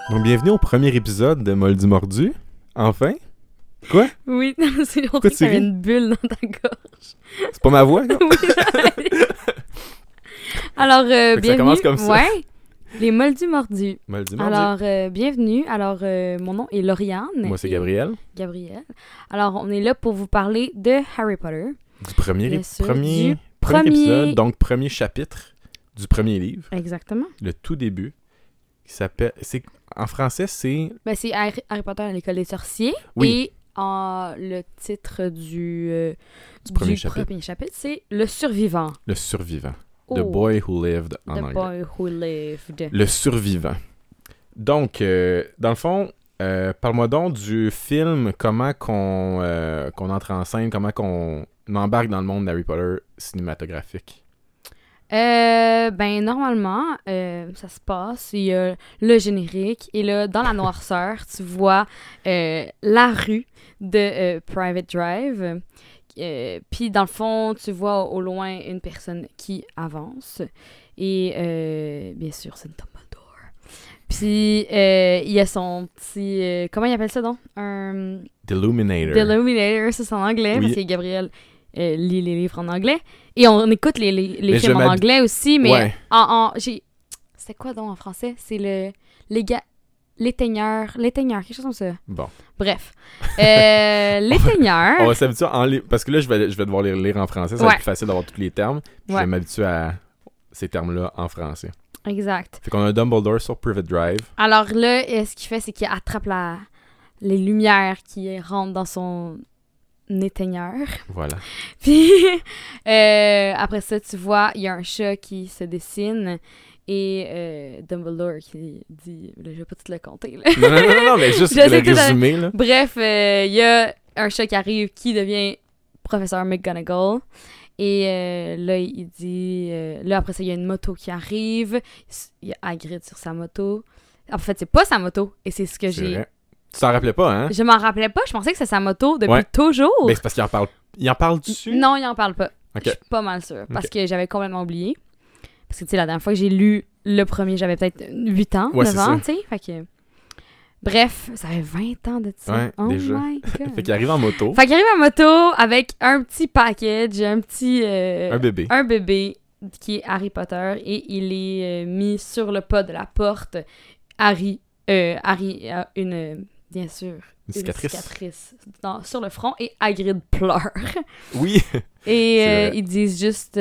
Donc, bienvenue au premier épisode de Moldu Mordu. Enfin? Quoi? Oui, c'est on Pourquoi dirait que t'avais tu ris? une bulle dans ta gorge. C'est pas ma voix, là? Oui. Alors, que ça bienvenue. commence comme ça. Ouais, les moldus mordus. Moldu Mordu. Alors, bienvenue. Alors, mon nom est Lauriane. Moi, c'est et Gabriel. Gabriel. Alors, on est là pour vous parler de Harry Potter. Du premier, Bien sûr, premier, du premier premier- épisode, donc premier chapitre du premier livre, Exactement. le tout début, qui s'appelle... En français, c'est... Ben, c'est Harry Potter à l'école des sorciers. Oui. Et le titre du premier premier chapitre, c'est Le survivant. Le survivant. Oh, The Boy Who Lived en The anglais. Boy Who Lived. Le survivant. Donc, dans le fond, parle-moi donc du film, comment qu'on entre en scène, comment qu'on embarque dans le monde d'Harry Potter cinématographique. Ben normalement, ça se passe, il y a le générique, et là, dans la noirceur, tu vois la rue de Private Drive. Puis dans le fond, tu vois au loin une personne qui avance. Et bien sûr, c'est une Dumbledore. Puis il y a son petit... comment il appelle ça donc? Un... D'Illuminator. Illuminator, ça c'est en anglais, Oui. parce que Gabriel lit les livres en anglais. Et on écoute les Mais films en anglais aussi, mais Ouais. C'était quoi donc en français? C'est l'éteigneur, quelque chose comme ça. Bon. Bref. L'éteigneur... On va s'habituer parce que là, je vais devoir les lire en français. Ça va Ouais. être plus facile d'avoir tous les termes. Je Ouais. vais m'habituer à ces termes-là en français. Exact. Fait qu'on a un Dumbledore sur Private Drive. Alors là, ce qu'il fait, c'est qu'il attrape les lumières qui rentrent dans son éteigneur. Voilà. Puis après ça, tu vois, il y a un chat qui se dessine et Dumbledore qui dit... Là, je vais pas tout le compter, là. Non, mais juste Je sais le que ça- résumé, là. Bref, il y a un chat qui arrive qui devient professeur McGonagall. Et là, il dit... là, après ça, il y a une moto qui arrive. Il y a Hagrid sur sa moto. En fait, c'est pas sa moto. Et c'est ce que C'est j'ai... vrai. Tu t'en rappelais pas, hein? Je m'en rappelais pas. Je pensais que c'était sa moto depuis Ouais. toujours. Ben, c'est parce qu'il en parle. Il en parle dessus? Non, il en parle pas. Ok. Je suis pas mal sûre. Parce Ok. que j'avais complètement oublié. Parce que, tu sais, la dernière fois que j'ai lu le premier, j'avais peut-être 8 ans, Ouais, 9 c'est ans, ça. tu sais. Fait que... Bref, ça fait 20 ans de ça. Ouais, oh déjà. my God. Fait qu'il arrive en moto. Fait qu'il arrive en moto avec un petit package, un petit... Un bébé. un bébé qui est Harry Potter et il est mis sur le pas de la porte. Harry a bien sûr, Une cicatrice. sur le front et Hagrid pleure. Oui. Et C'est vrai. ils disent juste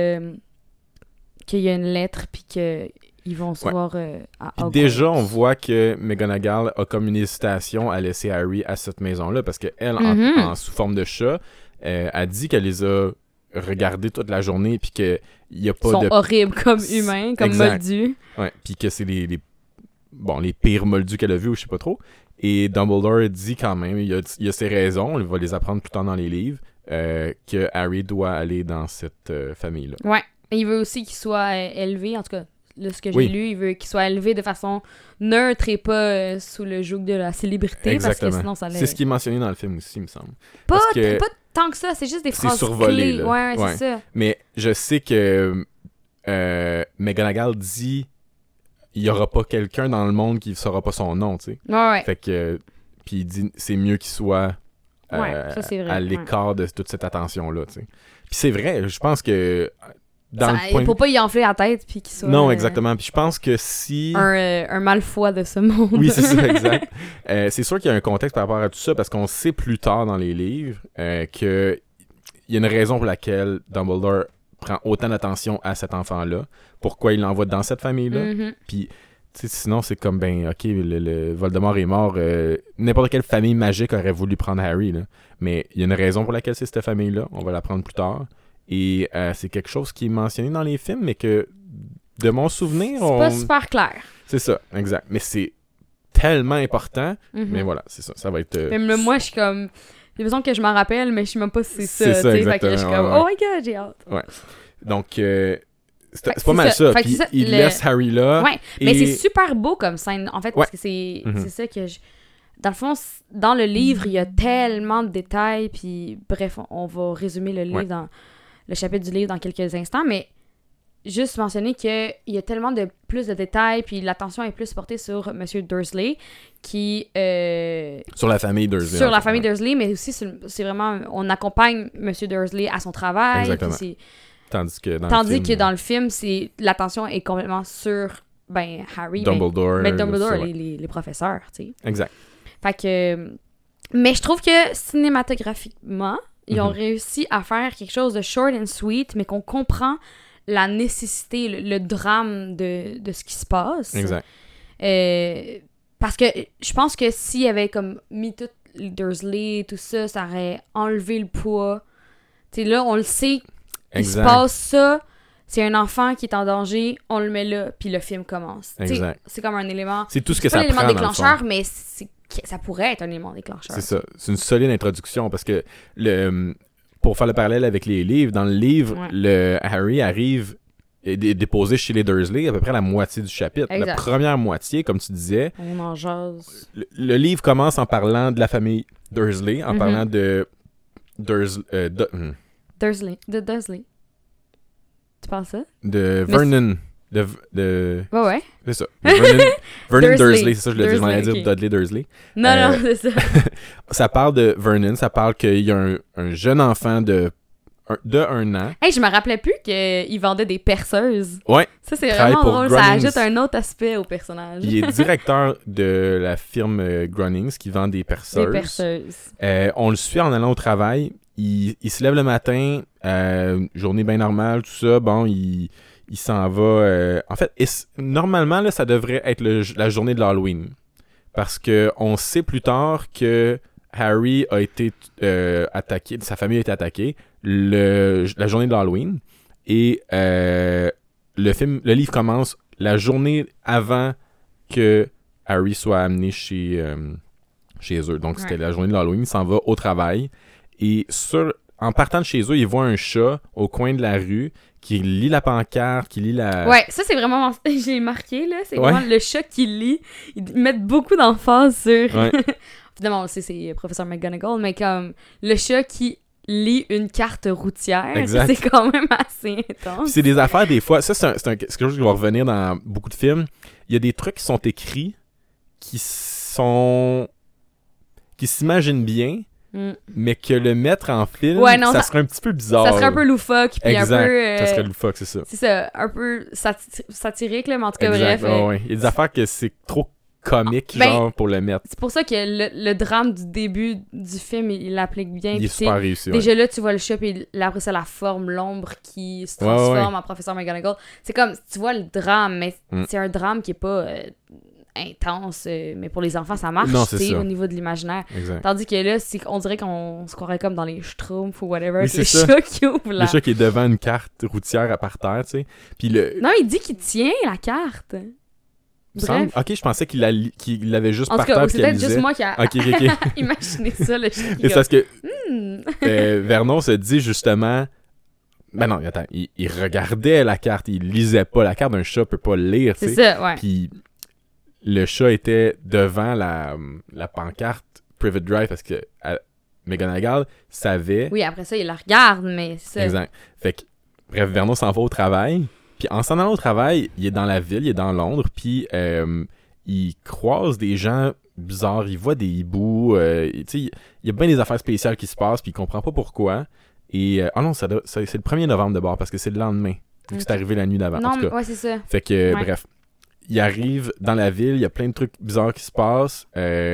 qu'il y a une lettre puis qu'ils vont se Ouais. voir à Puis Hogwarts. déjà, on voit que McGonagall a comme une hésitation à laisser Harry à cette maison-là parce qu'elle, Mhm. en sous forme de chat, a dit qu'elle les a regardés toute la journée puis qu'il n'y a Ils pas sont de... horribles comme humains, comme Exact. moldus. Ouais, puis que c'est les pires moldus qu'elle a vus ou je sais pas trop. Et Dumbledore dit quand même, il y a ses raisons, on va les apprendre plus tard dans les livres, que Harry doit aller dans cette famille-là. Ouais. Et il veut aussi qu'il soit élevé, en tout cas, là, ce que j'ai Oui. lu, il veut qu'il soit élevé de façon neutre et pas sous le joug de la célébrité, Exactement. parce que sinon ça C'est ce qui est mentionné dans le film aussi, il me semble. pas, parce que- pas tant que ça, c'est juste des C'est phrases survolé, clés. là. Ouais, Ouais. c'est ça. Mais je sais que McGonagall dit il y aura pas quelqu'un dans le monde qui ne saura pas son nom, tu sais. Ouais. Fait que puis il dit c'est mieux qu'il soit Ouais, ça, c'est vrai, à l'écart de toute cette attention-là, tu sais. Puis c'est vrai, je pense que dans Ça, le point Pour pas y enfler la tête puis qu'il soit Non, exactement. Puis je pense que si un Malfoy de ce monde. Oui, c'est ça, exact. C'est sûr qu'il y a un contexte par rapport à tout ça parce qu'on sait plus tard dans les livres qu'il y a une raison pour laquelle Dumbledore prend autant d'attention à cet enfant-là, pourquoi il l'envoie dans cette famille-là. Mhm. Puis, tu sais, sinon, c'est comme, ben, OK, le Voldemort est mort. N'importe quelle famille magique aurait voulu prendre Harry, là. Mais il y a une raison pour laquelle c'est cette famille-là. On va l'apprendre plus tard. Et c'est quelque chose qui est mentionné dans les films, mais que, de mon souvenir, C'est pas super clair. c'est ça, exact. Mais c'est tellement important. Mhm. Mais voilà, c'est ça. Ça va être... Même là, moi, je suis comme... J'ai l'impression que je m'en rappelle, mais je sais même pas si C'est c'est ça, ça, tu sais. Fait que là, je suis exactement, comme, ouais. oh my God, j'ai hâte. Donc, Fait c'est que pas mal c'est ça. ça. Fait que Puis c'est ça, il le- laisse Harry là. Ouais, mais c'est super beau comme scène, en fait, parce que c'est Mhm. c'est ça que je... Dans le fond, dans le livre, il y a tellement de détails, puis bref, on va résumer le livre Ouais. dans le chapitre du livre dans quelques instants, mais juste mentionner qu'il y a tellement de plus de détails, puis l'attention est plus portée sur Monsieur Dursley, qui... sur la famille Dursley. Sur la famille Dursley, mais aussi, c'est vraiment... On accompagne Monsieur Dursley à son travail. Exactement. Tandis que dans le film, l'attention est complètement sur Harry, Dumbledore. Mais Dumbledore, les professeurs, tu sais. Exact. Fait que... Mais je trouve que cinématographiquement, ils ont réussi à faire quelque chose de short and sweet, mais qu'on comprend la nécessité, le drame de ce qui se passe. Exact. Parce que je pense que s'il avait comme mis tout les Dursley, tout ça, ça aurait enlevé le poids. Tu sais, là, on le sait, il se passe ça, c'est un enfant qui est en danger, on le met là, puis le film commence. Exact. C'est comme un élément... C'est tout ce que ça prend, l'élément déclencheur, mais ça pourrait être un élément déclencheur. C'est ça. C'est une solide introduction, parce que pour faire le parallèle avec les livres, dans le livre, le Harry arrive et est déposé chez les Dursley à peu près la moitié du chapitre. Exact. La première moitié, comme tu disais... On en jase. Le livre commence en parlant de la famille Dursley, en parlant de Dursley. Dursley. Tu penses ça? De Vernon. Ouais. C'est ça. Vernon Dursley, c'est ça, je le dis. Je m'en allais dire Dudley Dursley. Non, c'est ça. Ça parle de Vernon, ça parle qu'il y a un jeune enfant de 1 an. Hey, je me rappelais plus qu'il vendait des perceuses. Ouais. Ça, c'est vraiment drôle. Ça ajoute un autre aspect au personnage. Il est directeur de la firme Grunnings qui vend des perceuses. Des perceuses. On le suit en allant au travail. Il se lève le matin, journée bien normale, tout ça. Bon, il s'en va... en fait, normalement, là, ça devrait être la journée de l'Halloween. Parce qu'on sait plus tard que Harry a été attaqué, sa famille a été attaquée la journée de l'Halloween. Et le livre commence la journée avant que Harry soit amené chez eux. Donc, c'était la journée de l'Halloween. Il s'en va au travail. Et en partant de chez eux, il voit un chat au coin de la rue qui lit la pancarte, qui lit la... Ouais, ça, c'est vraiment... J'ai marqué, là. C'est vraiment le chat qui lit. Ils mettent beaucoup d'emphase sur... Ouais. Évidemment, on le sait, c'est Professeur McGonagall, mais comme le chat qui lit une carte routière, c'est quand même assez intense. Puis c'est des affaires, des fois... Ça, c'est quelque chose qui va revenir dans beaucoup de films. Il y a des trucs qui sont écrits qui s'imaginent bien, mais que le mettre en film, ça serait un petit peu bizarre. Ça serait un peu loufoque, puis exact. Un peu... ça serait loufoque, c'est ça. C'est ça, un peu satirique, là, mais en tout cas, exact. bref. Ouais. Il y a des affaires que c'est trop comique, genre, pour le mettre. C'est pour ça que le drame du début du film, il l'applique bien. Il est super réussi, déjà là, tu vois le chat, puis après ça, la forme, l'ombre qui se transforme en Professeur McGonagall. C'est comme, tu vois le drame, mais c'est un drame qui est pas... intense, mais pour les enfants ça marche au niveau de l'imaginaire. Exact. Tandis que là, on dirait qu'on se croirait comme dans les Schtroumpfs ou whatever, oui, le chat qui ouvre le chat qui est devant une carte routière à par terre, tu sais. Puis non, il dit qu'il tient la carte. Bref. Ok, je pensais qu'il l'avait juste en par tout cas, terre. C'est peut-être juste moi qui a okay. imaginé ça, le chat. C'est parce que Vernon se dit justement... Ben non, attends, il regardait la carte, il lisait pas la carte. Un chat peut pas lire, tu sais. C'est ça, ouais. Puis le chat était devant la pancarte Private Drive parce que McGonagall savait... Oui, après ça, il la regarde, mais c'est ça. Exact. Fait que, bref, Vernon s'en va au travail. Puis en s'en allant au travail, il est dans la ville, il est dans Londres, puis il croise des gens bizarres, il voit des hiboux, tu sais, il y a bien des affaires spéciales qui se passent, puis il comprend pas pourquoi. Et, non, c'est le 1er novembre de bord, parce que c'est le lendemain, vu que c'est arrivé la nuit d'avant. Non, en tout cas. ouais, c'est ça. Fait que, bref, il arrive dans la ville, il y a plein de trucs bizarres qui se passent.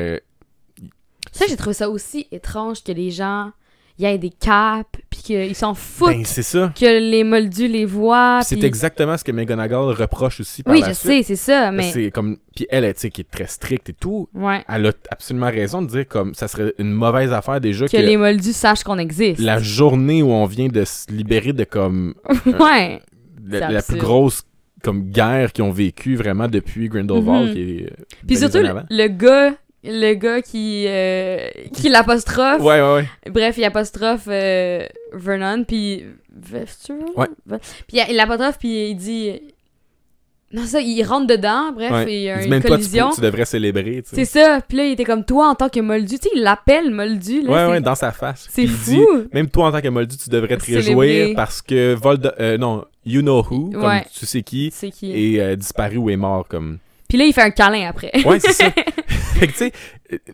Ça, j'ai trouvé ça aussi étrange que les gens... Il y a des capes, puis qu'ils s'en foutent. Ben, c'est ça. Que les moldus les voient. C'est exactement ce que McGonagall reproche aussi par la suite. Oui, je sais, c'est ça, mais... C'est comme... Puis elle, tu sais, qui est très stricte et tout, elle a absolument raison de dire comme ça serait une mauvaise affaire déjà que les moldus sachent qu'on existe. La journée où on vient de se libérer de comme... la plus grosse comme guerre qu'ils ont vécue vraiment depuis Grindelwald. Qui est, puis surtout, le gars qui l'apostrophe. Ouais. Bref, il apostrophe Vernon, puis... Ouais. Puis il l'apostrophe, puis il dit... Non, ça, il rentre dedans, bref, et il y a une collision. Toi, tu devrais célébrer, tu sais. C'est ça, puis là, il était comme, toi, en tant que Moldu, tu sais, il l'appelle Moldu, là. Ouais, dans sa face. C'est fou! Dit, même toi, en tant que Moldu, tu devrais te réjouir parce que you know who, comme Ouais. tu sais qui, C'est qui? est disparu ou est mort, comme... Puis là, il fait un câlin après. Ouais, c'est ça. Fait que, tu sais,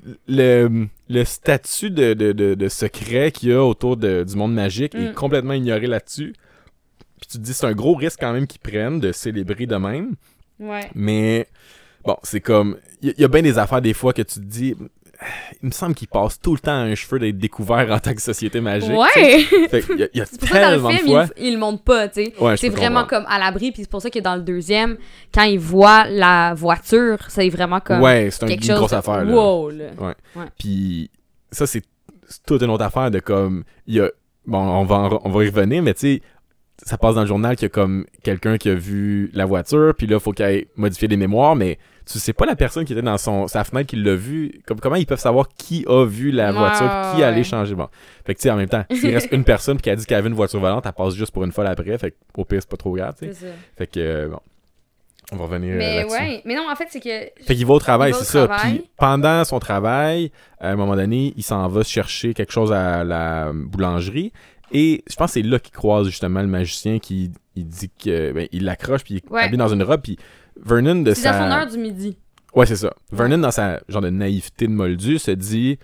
le statut de secret qu'il y a autour du monde magique est complètement ignoré là-dessus. Puis tu te dis, c'est un gros risque quand même qu'ils prennent de célébrer de même. Ouais. Mais, bon, c'est comme... Il y a bien des affaires, des fois, que tu te dis... Il me semble qu'il passe tout le temps un cheveu d'être découvert en tant que société magique. Ouais! Fait qu'il y a C'est pour ça que dans tellement le de film, fois... il le montre pas, tu sais. Ouais, je c'est peux vraiment comprendre. comme à l'abri, puis c'est pour ça que dans le deuxième, quand il voit la voiture, c'est vraiment comme Ouais, c'est quelque une chose grosse de affaire, là. wow, là. Puis ça, c'est toute une autre affaire de comme... Il y a... Bon, on va y revenir, mais tu sais, ça passe dans le journal qu'il y a comme quelqu'un qui a vu la voiture, puis là, il faut qu'il aille modifier des mémoires, mais tu sais pas la personne qui était dans sa fenêtre qui l'a vu. Comment ils peuvent savoir qui a vu la voiture, puis qui allait changer? Bon. Fait que tu sais, en même temps, s'il reste une personne qui a dit qu'elle avait une voiture volante, elle passe juste pour une folle après, fait qu'au pire, c'est pas trop grave, tu sais. C'est ça. Fait que, bon, on va revenir Mais là-dessus. ouais, mais non, en fait, c'est que... Fait qu'il va au travail, Il va au c'est ça. travail. Puis pendant son travail, à un moment donné, il s'en va chercher quelque chose à la boulangerie. Et je pense que c'est là qu'il croise justement le magicien qui il dit que il l'accroche puis il est habillé dans une robe. Puis Vernon de c'est dans son heure du midi. Ouais, c'est ça. Vernon, dans sa genre de naïveté de moldu, se dit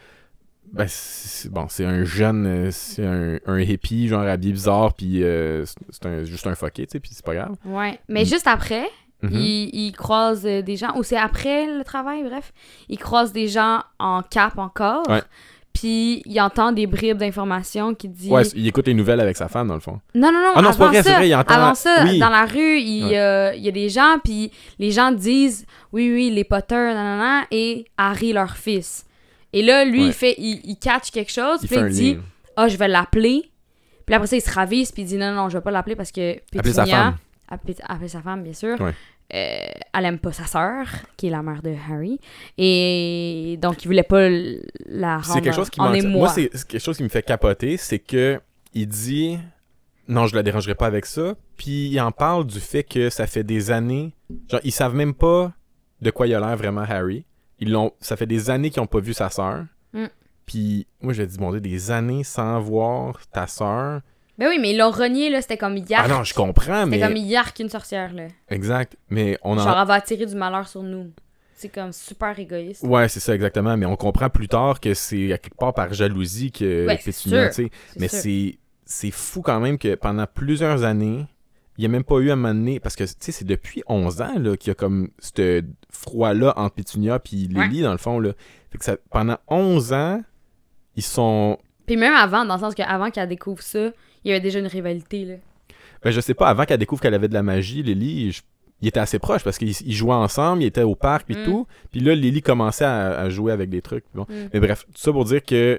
c'est un jeune, c'est un hippie, genre habillé bizarre, puis c'est juste un fucké, tu sais, puis c'est pas grave. Ouais, mais juste après, Mm-hmm. il croise des gens, ou c'est après le travail, bref, il croise des gens en cap encore, Ouais. puis il entend des bribes d'informations qui dit... Ouais, il écoute les nouvelles avec sa femme, dans le fond. Non, Ah non, c'est pas avant vrai, c'est ça, vrai, il entend... avant ça, Oui. dans la rue, il y a des gens, puis les gens disent « Oui, les Potter, nanana », et Harry, leur fils. Et là, lui, il catch quelque chose, puis il dit « Ah, je vais l'appeler ». Puis après ça, il se ravise, puis il dit « Non, je vais pas l'appeler parce que Appeler sa femme. Appeler sa femme, bien sûr. Ouais. Elle aime pas sa sœur, qui est la mère de Harry. Et donc, il voulait pas la rendre C'est quelque chose qui en émoi. Moi, c'est quelque chose qui me fait capoter, c'est que il dit non, je la dérangerai pas avec ça. Puis il en parle du fait que ça fait des années, genre ils savent même pas de quoi il a l'air vraiment Harry. Ça fait des années qu'ils ont pas vu sa sœur. Puis moi, je lui ai dit bon, des années sans voir ta sœur. Ben oui, mais ils l'ont renié, là, c'était comme Yark. Ah non, je comprends, mais... C'était comme Yark, une sorcière, là. Exact, mais on Genre, elle va attirer du malheur sur nous. C'est comme super égoïste. Ouais, c'est ça, exactement, mais on comprend plus tard que c'est à quelque part par jalousie que Pétunia, tu sais. Mais c'est fou quand même que pendant plusieurs années, il n'y a même pas eu un moment donné... Parce que, tu sais, c'est depuis 11 ans, là, qu'il y a comme ce froid-là entre Pétunia et Lily, dans le fond, là. Fait que pendant 11 ans, ils sont... Puis même avant, dans le sens qu'avant qu'elle découvre ça, il y avait déjà une rivalité, là. Ben, je sais pas, avant qu'elle découvre qu'elle avait de la magie, Lily, ils étaient assez proches parce qu'ils jouaient ensemble, ils étaient au parc puis tout. Puis là, Lily commençait à jouer avec des trucs. Bon. Mais bref, tout ça pour dire que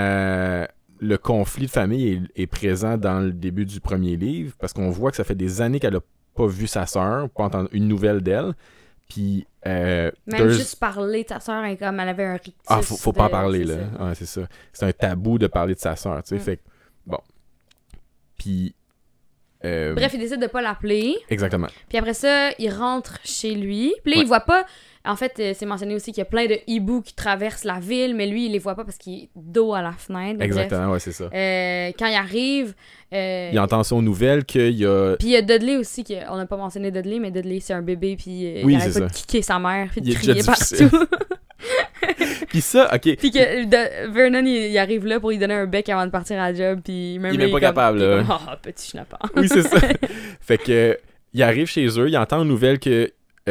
le conflit de famille est présent dans le début du premier livre parce qu'on voit que ça fait des années qu'elle a pas vu sa sœur, pas entendu une nouvelle d'elle. Puis... Même juste parler de sa sœur, elle avait un rictus. Ah, faut pas en parler, là. Ouais, c'est ça. C'est un tabou de parler de sa sœur, tu sais. Fait que, bon. Puis... Bref, il décide de pas l'appeler. Exactement. Puis après ça, il rentre chez lui. Puis là, il voit pas... En fait, c'est mentionné aussi qu'il y a plein de hiboux qui traversent la ville, mais lui, il les voit pas parce qu'il est dos à la fenêtre. Exactement, ouais, c'est ça. Quand il arrive... il entend ça aux nouvelles qu'il y a... Puis il y a Dudley aussi, on n'a pas mentionné Dudley, mais Dudley, c'est un bébé, puis il arrête pas de kicker sa mère, puis de crier partout. Puis ça, OK. Puis que Vernon, il arrive là pour lui donner un bec avant de partir à la job, puis même il est même pas capable, là. Oh, petit schnappant. Oui, c'est ça. Fait que, il arrive chez eux, il entend une nouvelle que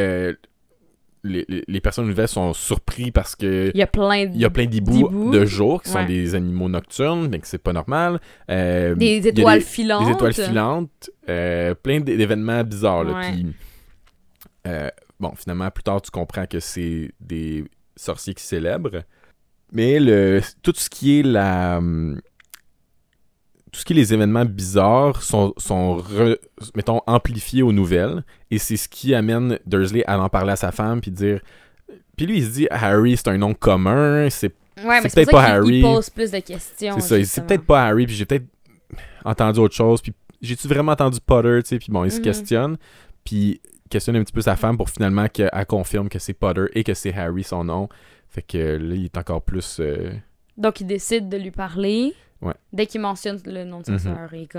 les personnes nouvelles sont surpris parce que il y a plein d'hiboux de jour qui sont des animaux nocturnes, mais que c'est pas normal. Des étoiles filantes. Des étoiles filantes. Plein d'événements bizarres, là. Puis, bon, finalement, plus tard, tu comprends que c'est des sorciers qui célèbrent. Mais tout ce qui est les événements bizarres sont mettons, amplifiés aux nouvelles. Et c'est ce qui amène Dursley à en parler à sa femme puis dire... Puis lui, il se dit, Harry, c'est un nom commun, c'est peut-être pas Harry. Il pose plus de questions. C'est ça, c'est peut-être pas Harry, puis j'ai peut-être entendu autre chose, puis j'ai-tu vraiment entendu Potter, tu sais, puis bon, il se questionne, puis questionne un petit peu sa femme pour finalement qu'elle confirme que c'est Potter et que c'est Harry son nom. Fait que là, il est encore plus... Donc, il décide de lui parler. Ouais. Dès qu'il mentionne le nom de sa sœur.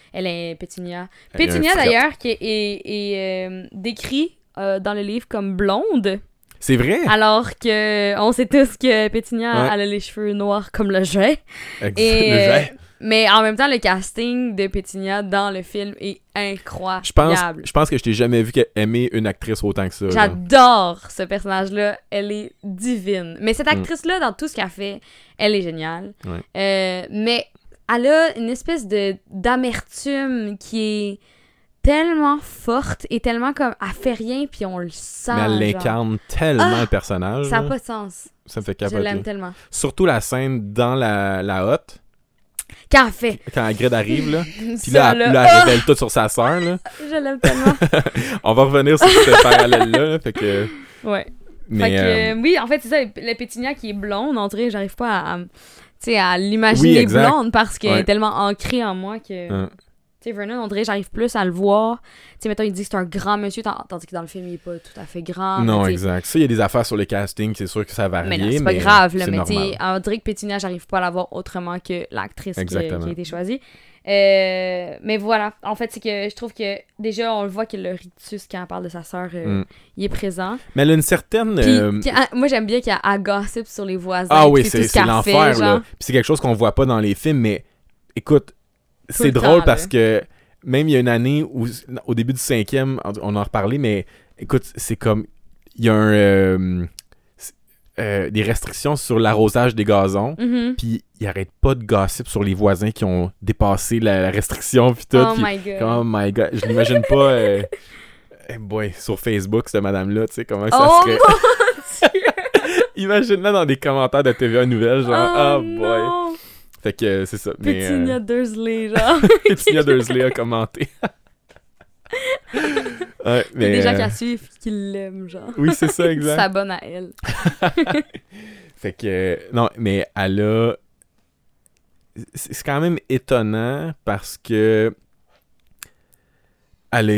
Elle est Pétunia. Pétunia, d'ailleurs, qui est décrit dans le livre comme blonde. C'est vrai? Alors que on sait tous que Pétunia, elle a les cheveux noirs comme le jet. Le jet. Mais en même temps, le casting de Pétunia dans le film est incroyable. Je pense que je t'ai jamais vu aimer une actrice autant que ça. J'adore ce personnage-là. Elle est divine. Mais cette actrice-là, dans tout ce qu'elle fait, elle est géniale. Ouais. Mais elle a une espèce d'amertume qui est tellement forte et tellement comme elle fait rien puis on le sent. Mais elle l'incarne tellement le personnage. Ça n'a pas de sens. Ça me fait capoter. Je l'aime tellement. Surtout la scène dans la hotte. Quand elle fait. Quand Hagrid arrive, là. Puis là, elle révèle tout sur sa sœur, là. Je l'aime tellement. On va revenir sur ce parallèle-là, là, fait que... Ouais. Mais, fait que, oui, en fait, c'est ça, le Pétunia qui est blonde, on dirait que j'arrive pas à l'imaginer blonde parce qu'elle est tellement ancrée en moi que... Tu sais, Vernon, on dirait que j'arrive plus à le voir. Tu sais, mettons, il dit que c'est un grand monsieur, tandis que dans le film, il est pas tout à fait grand. Non, exact. Ça, il y a des affaires sur le casting, c'est sûr que ça varie. Mais non, c'est pas grave, là. Mais tu sais, on dirait que Pétunia, j'arrive pas à la voir autrement que l'actrice qui a été choisie. Mais voilà, en fait, c'est que je trouve que déjà, on le voit que le rictus, quand elle parle de sa sœur, il est présent. Mais elle a une certaine... Puis, moi, j'aime bien qu'elle gossip sur les voisins. Ah oui, c'est l'enfer, là. Puis c'est quelque chose qu'on voit pas dans les films, mais écoute... C'est drôle parce que même il y a une année où, au début du 5e, on en a reparlé, mais écoute, c'est comme il y a des restrictions sur l'arrosage des gazons, puis il arrête pas de gossip sur les voisins qui ont dépassé la restriction puis tout. Oh my god, je l'imagine pas sur Facebook cette madame-là, tu sais comment ça serait. Imagine-la dans des commentaires de TVA Nouvelles, genre boy. Fait que c'est ça. Pétunia Dursley, genre. Pétunia Dursley a commenté. Ouais, mais, il y a des gens qui la suivent qui l'aiment, genre. Oui, c'est ça, exact. Ils s'abonnent à elle. Fait que, non, mais elle a... C'est quand même étonnant parce que elle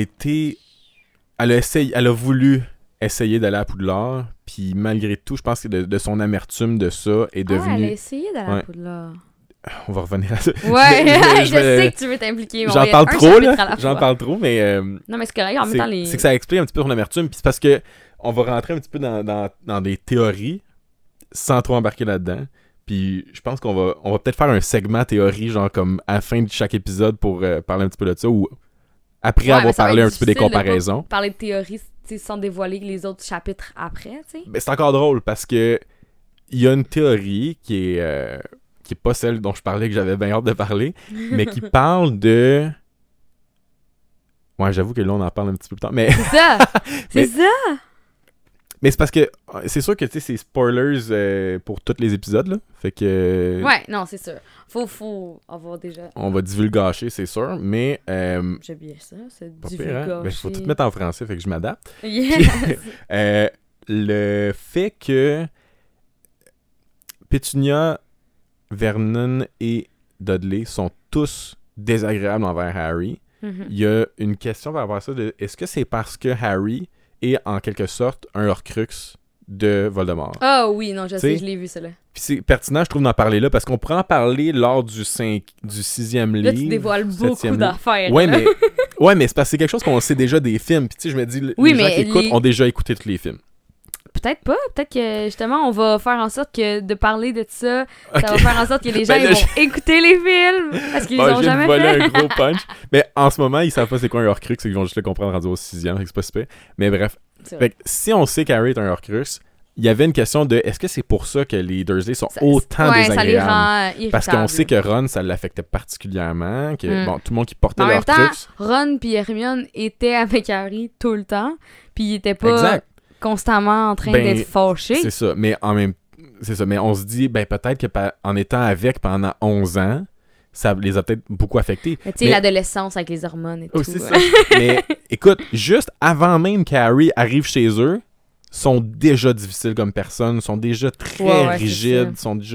a voulu essayer d'aller à Poudlard, puis malgré tout, je pense que de son amertume de ça est devenue... elle a essayé d'aller à Poudlard. On va revenir à ça. Ouais, je sais que tu veux t'impliquer. J'en parle trop, là. J'en parle trop, mais... non, mais c'est correct. En même temps, c'est que ça explique un petit peu son amertume. Puis c'est parce que on va rentrer un petit peu dans des théories sans trop embarquer là-dedans. Puis je pense qu'on va peut-être faire un segment théorie, genre comme à la fin de chaque épisode pour parler un petit peu de ça, ou après avoir parlé un petit peu des comparaisons. Parler de théorie sans dévoiler les autres chapitres après, tu sais. Ben, c'est encore drôle parce que il y a une théorie qui est pas celle dont je parlais, que j'avais bien hâte de parler, mais qui parle de... Ouais, j'avoue que là, on en parle un petit peu plus tard, mais... C'est ça! C'est ça! Mais c'est parce que c'est sûr que, tu sais, c'est spoilers pour tous les épisodes, là. Fait que... Ouais, non, c'est sûr. Faut avoir déjà... On va divulgacher, c'est sûr, mais... J'ai bien ça, c'est pas divulgacher. Pire, hein? Ben, faut tout mettre en français, fait que je m'adapte. Yes! Puis, le fait que Pétunia, Vernon et Dudley sont tous désagréables envers Harry. Il y a une question par rapport à ça de est-ce que c'est parce que Harry est en quelque sorte un Horcrux de Voldemort? Ah oui, non, je sais, je l'ai vu, ça là. Puis c'est pertinent, je trouve, d'en parler là, parce qu'on pourrait en parler lors du 6e livre. Là, tu dévoiles beaucoup d'affaires. Ouais, mais c'est parce que c'est quelque chose qu'on sait déjà des films. Puis tu sais, je me dis, les gens qui écoutent ont déjà écouté tous les films. Peut-être pas. Peut-être que, justement, on va faire en sorte que de parler de ça, ça va faire en sorte que les gens ils vont écouter les films parce qu'ils ont jamais fait. Un gros punch. Mais en ce moment, ils savent pas c'est quoi un Horcrux, c'est qu'ils vont juste le comprendre rendu au 6e, c'est pas super. Mais bref. Fait que, si on sait qu'Harry est un Horcrux, il y avait une question de est-ce que c'est pour ça que les Dursley sont autant désagréables? Ça les rend irritables. Parce qu'on sait que Ron, ça l'affectait particulièrement, que bon, tout le monde qui portait le Horcrux. Ron puis Hermione étaient avec Harry tout le temps, puis ils étaient pas constamment en train d'être fâchés. C'est ça, mais mais on se dit peut-être qu'en étant avec pendant 11 ans, ça les a peut-être beaucoup affectés. Tu sais, l'adolescence avec les hormones et tout. C'est ça. Mais écoute, juste avant même qu'Harry arrive chez eux, sont déjà difficiles comme personnes, sont déjà très rigides,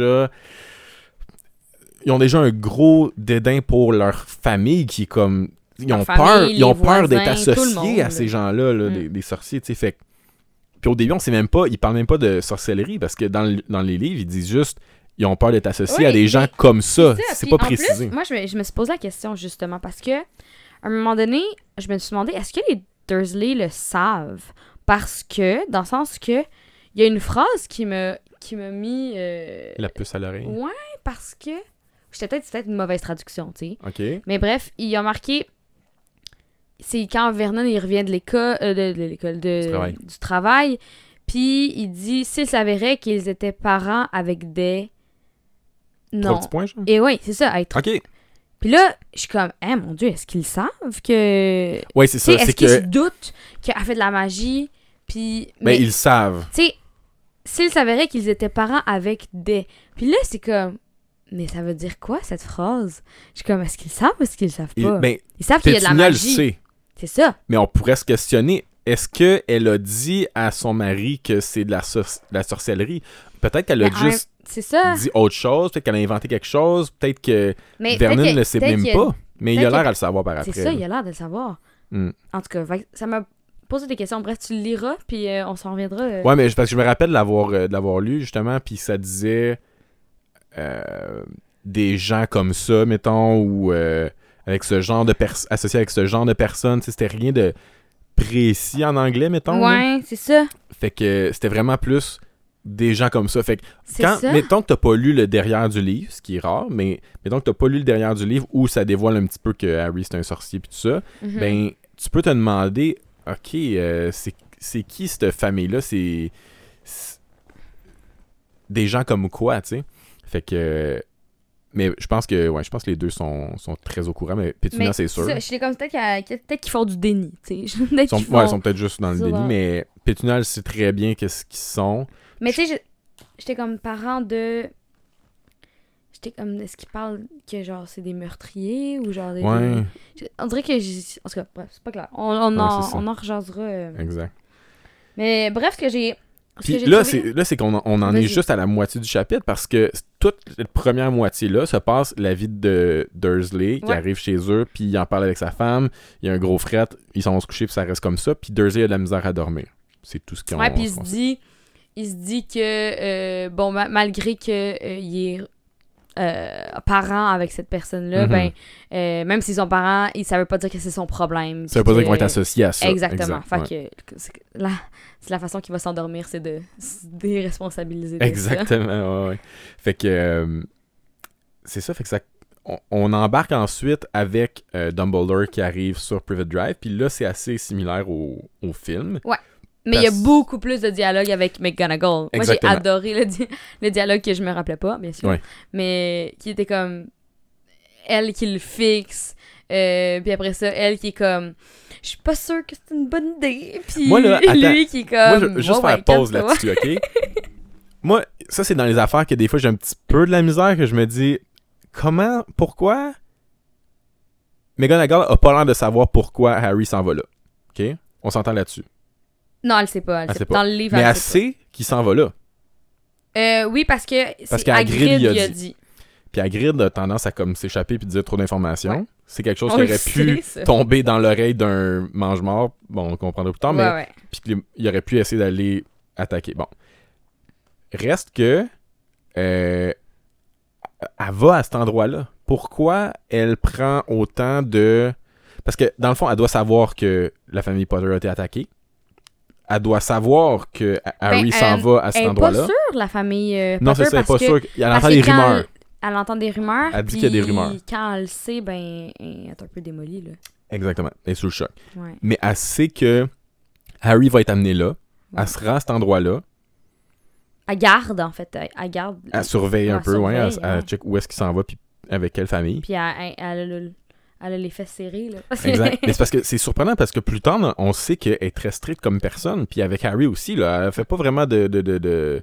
ils ont déjà un gros dédain pour leur famille qui est comme... Ils ont peur d'être associés à ces gens-là, des sorciers, tu sais, fait. Puis au début, on sait même pas, ils parlent même pas de sorcellerie parce que dans les livres, ils disent juste ils ont peur d'être associés Oui, à des gens mais comme ça. c'est ça. C'est Puis pas en plus, précisé. moi, je me suis posé la question, justement, parce que, à un moment donné, je me suis demandé, est-ce que les Dursley le savent? Parce que, dans le sens que, il y a une phrase qui m'a mis... La puce à l'oreille. Ouais, parce que... C'est peut-être une mauvaise traduction, tu sais. OK. Mais bref, il a marqué... C'est quand Vernon, il revient de l'école... du travail. Puis, il dit, s'il s'avérait qu'ils étaient parents avec des... Trois Non. petits points, genre? Et oui, c'est ça, être... OK. Puis là, je suis comme, hein, mon Dieu, est-ce qu'ils savent que... Ouais, c'est Tu sais, ça. est-ce C'est qu'ils se que... doutent qu'elle a fait de la magie? Puis... Ben, ils le savent. Tu sais, s'il s'avérait qu'ils étaient parents avec des... Puis là, c'est comme... Mais ça veut dire quoi, cette phrase? Je suis comme, est-ce qu'ils savent ou est-ce qu'ils savent pas? Ben, Ils savent qu'il y a de la Pétunia le magie. sait. C'est ça. Mais on pourrait se questionner, est-ce qu'elle a dit à son mari que c'est de la sorcellerie? Peut-être qu'elle a Mais juste c'est ça. dit autre chose, peut-être qu'elle a inventé quelque chose, peut-être que Mais Vernon peut-être ne le sait peut-être même qu'il y a- pas, mais il a peut-être l'air que- à le savoir par après. C'est ça, là. il a l'air de le savoir. Mm. En tout cas, ça m'a posé des questions. Bref, tu le liras, puis on s'en reviendra. Ouais, mais parce que je me rappelle de l'avoir lu, justement, puis ça disait des gens comme ça, mettons, ou avec ce genre de associé avec ce genre de personnes, tu sais, c'était rien de précis en anglais, mettons. Là. Ouais, c'est ça. Fait que c'était vraiment plus des gens comme ça. Fait que C'est quand, ça. mettons que t'as pas lu le derrière du livre, ce qui est rare, mais mettons que t'as pas lu le derrière du livre où ça dévoile un petit peu que Harry c'est un sorcier pis tout ça, Mhm. ben tu peux te demander, ok, c'est qui cette famille-là? C'est des gens comme quoi, tu sais? Fait que... Mais je pense que les deux sont très au courant, mais Pétunia, Mais c'est sûr. ça, je suis comme peut-être qu'ils font du déni, tu sais. Peut-être Ils sont, qu'ils font... ils sont peut-être juste dans le Ça déni, va. mais Pétunia, elle sait très bien qu'est-ce qu'ils sont. Mais tu sais, j'étais comme parent de... J'étais comme, est-ce qu'ils parlent que genre c'est des meurtriers ou genre des... Ouais, On dirait que... En tout cas, bref, c'est pas clair. On Ouais, en, c'est ça. on en rejasera. exact. Mais bref, ce que j'ai... Puis j'ai là, trouvé- c'est qu'on on en Vas-y. est juste à la moitié du chapitre parce que toute cette première moitié-là se passe la vie de Dursley qui Ouais. arrive chez eux, puis il en parle avec sa femme, il y a un gros fret, ils sont se coucher puis ça reste comme ça, puis Dursley a de la misère à dormir. C'est tout ce qu'ils ont. Ouais, puis il se dit que, bon, malgré que il est parent avec cette personne-là, Mhm. ben, même s'ils sont parents, ça veut pas dire que c'est son problème. Ça veut pas dire qu'ils vont être associés à ça. Exactement. Exact, Fait ouais. que c'est la façon qu'il va s'endormir, c'est de se déresponsabiliser de ça. Exactement, ouais. Fait que c'est ça, fait que ça. On embarque ensuite avec Dumbledore qui arrive sur Private Drive, puis là c'est assez similaire au film. Mais il y a Parce- beaucoup plus de dialogue avec McGonagall. Moi, j'ai Exactement. adoré le dialogue que je me rappelais pas, bien sûr. Ouais. Mais qui était comme... Elle qui le fixe. Puis après ça, elle qui est comme... Je suis pas sûre que c'est une bonne idée. Puis Moi, là, attends. lui qui est comme... Moi, je juste ouais, faire pause calme-toi. là-dessus, ok? Moi, ça c'est dans les affaires que des fois j'ai un petit peu de la misère, que je me dis, pourquoi McGonagall a pas l'air de savoir pourquoi Harry s'en va là, ok? On s'entend là-dessus. Non, elle sait pas. Elle Elle sait sait pas. pas. Dans le livre, Mais elle elle sait sait qu'il s'en va là. pas. Oui, parce que Parce c'est qu'Hagrid, Hagrid, il a il a dit. dit. Puis Hagrid a tendance à comme s'échapper puis dire trop d'informations. Ouais. C'est quelque chose On qui le aurait pu sait, ça. tomber dans l'oreille d'un mange-mort. Bon, on comprendra plus tard, mais Ouais. puis il aurait pu essayer d'aller attaquer. Bon. Reste que elle va à cet endroit-là. Pourquoi elle prend autant de... Parce que, dans le fond, elle doit savoir que la famille Potter a été attaquée. Elle doit savoir que Harry Ben, s'en va à cet Elle est pas endroit-là. sûre, la famille Non, Potter, c'est ça, elle est pas parce que- sûre. Elle parce entend que des quand rumeurs. Elle entend des rumeurs. Elle dit qu'il y a des puis rumeurs. Quand elle le sait, ben, elle est un peu démolie, là. Exactement. Elle est sous le choc. Ouais. Mais elle sait que Harry va être amené là. Ouais. Elle se rend à cet endroit-là. Elle garde, en fait. Elle garde. Elle surveille un Elle peu, ouais. Elle surveille, ouais. check où est-ce qu'il s'en va puis avec quelle famille. Puis elle a les fesses serrées, là. Exact. Mais c'est parce que c'est surprenant parce que plus tard, on sait qu'elle est très stricte comme personne. Puis avec Harry aussi, là, elle fait pas vraiment de... De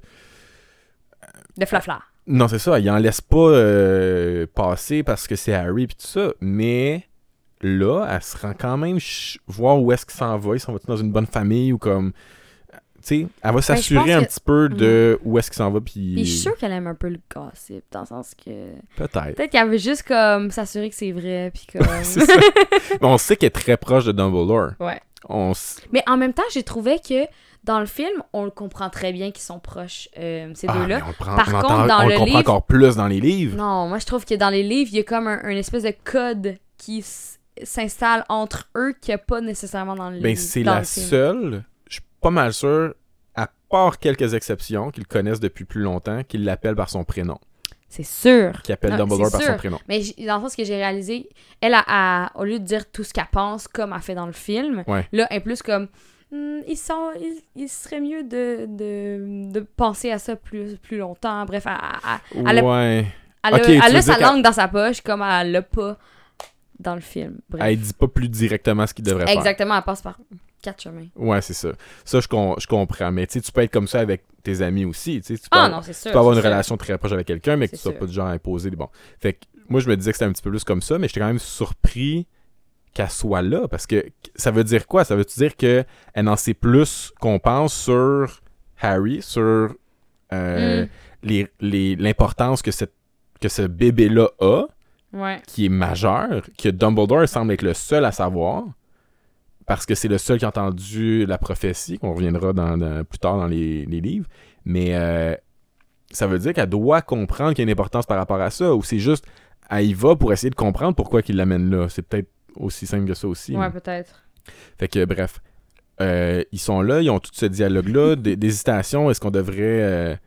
flafla. Non, c'est ça. Il en laisse pas passer parce que c'est Harry puis tout ça. Mais là, elle se rend quand même voir où est-ce qu'il s'en va. Il s'en va dans une bonne famille ou comme... Tu sais, elle va s'assurer un pense que- petit peu de où est-ce qu'il s'en va. Puis Puis je suis sûre qu'elle aime un peu le gossip, dans le sens que... peut-être. Peut-être qu'elle veut juste, comme, s'assurer que c'est vrai, puis comme... C'est ça. Mais on sait qu'elle est très proche de Dumbledore. Ouais. Mais en même temps, j'ai trouvé que dans le film, on le comprend très bien qu'ils sont proches, ces deux-là. Par contre, dans on le le comprend livre... encore plus dans les livres. Non, moi, je trouve que dans les livres, il y a comme un espèce de code qui s'installe entre eux qu'il n'y a pas nécessairement dans le livre. Ben, c'est la seule, je suis pas mal sûr, à part quelques exceptions, qu'ils connaissent depuis plus longtemps, qu'ils l'appellent par son prénom. C'est sûr. Qui appelle Dumbledore par son prénom. Mais dans le sens que j'ai réalisé, elle au lieu de dire tout ce qu'elle pense comme elle fait dans le film, là, elle est plus comme il serait mieux de penser à ça plus longtemps. Bref, elle a sa langue dans sa poche comme elle l'a pas dans le film. Bref. Elle dit pas plus directement ce qu'il devrait faire. Exactement, elle passe par 4 chemins. Ouais, c'est ça. Ça, je comprends. Mais tu peux être comme ça avec tes amis aussi. Tu non, c'est sûr. Tu peux avoir une relation très proche avec quelqu'un, mais que tu sois sûr. pas du genre à imposer. Bon. Fait que moi, je me disais que c'était un petit peu plus comme ça, mais j'étais quand même surpris qu'elle soit là. Parce que ça veut dire quoi? Ça veut dire qu'elle en sait plus qu'on pense sur Harry, sur l'importance que ce bébé-là a, qui est majeur, que Dumbledore semble être le seul à savoir. Parce que c'est le seul qui a entendu la prophétie, qu'on reviendra plus tard dans les livres. Mais ça veut dire qu'elle doit comprendre qu'il y a une importance par rapport à ça, ou c'est juste, elle y va pour essayer de comprendre pourquoi qu'il l'amène là. C'est peut-être aussi simple que ça aussi. Ouais, peut-être. Fait que, bref. Ils sont là, ils ont tout ce dialogue-là, d'hésitation. Est-ce qu'on devrait...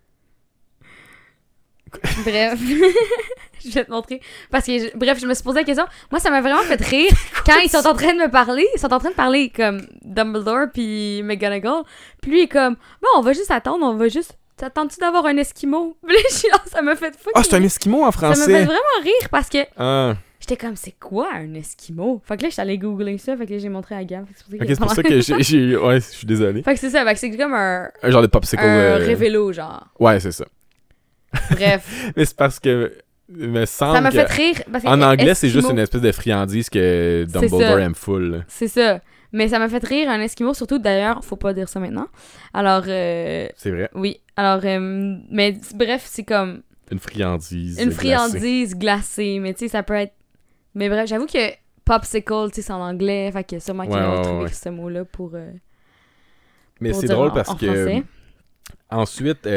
Bref. Je vais te montrer. Parce que, je me suis posé la question. Moi, ça m'a vraiment fait rire quand ils sont en train de me parler. Ils sont en train de parler comme Dumbledore puis McGonagall. Puis lui, il est comme, bon, on va juste attendre, T'attends-tu d'avoir un Esquimau? Puis là, ça m'a fait fou. Ah, c'est un Esquimau en français? Ça m'a fait vraiment rire parce que j'étais comme, c'est quoi un Esquimau? Fait que là, j'étais allée googler ça. Fait que là, j'ai montré à Gab. C'est pour ça que j'ai... Ouais, je suis désolé. Fait que c'est ça. Fait que c'est comme un genre de popsicle. Un révélo, genre. Ouais, c'est ça. Bref. Mais c'est parce que... me semble ça m'a fait rire. En anglais, c'est juste une espèce de friandise que Dumbledore aime full. C'est ça. Mais ça m'a fait rire un Esquimau, surtout d'ailleurs, faut pas dire ça maintenant. Alors. C'est vrai. Oui. Alors, mais bref, c'est comme. Une friandise. Une friandise glacée. Mais tu sais, ça peut être. Mais bref, j'avoue que popsicle, tu sais, c'est en anglais. Fait que sûrement qu'ils ont trouvé ce mot-là pour. Mais pour c'est drôle parce que. Ensuite,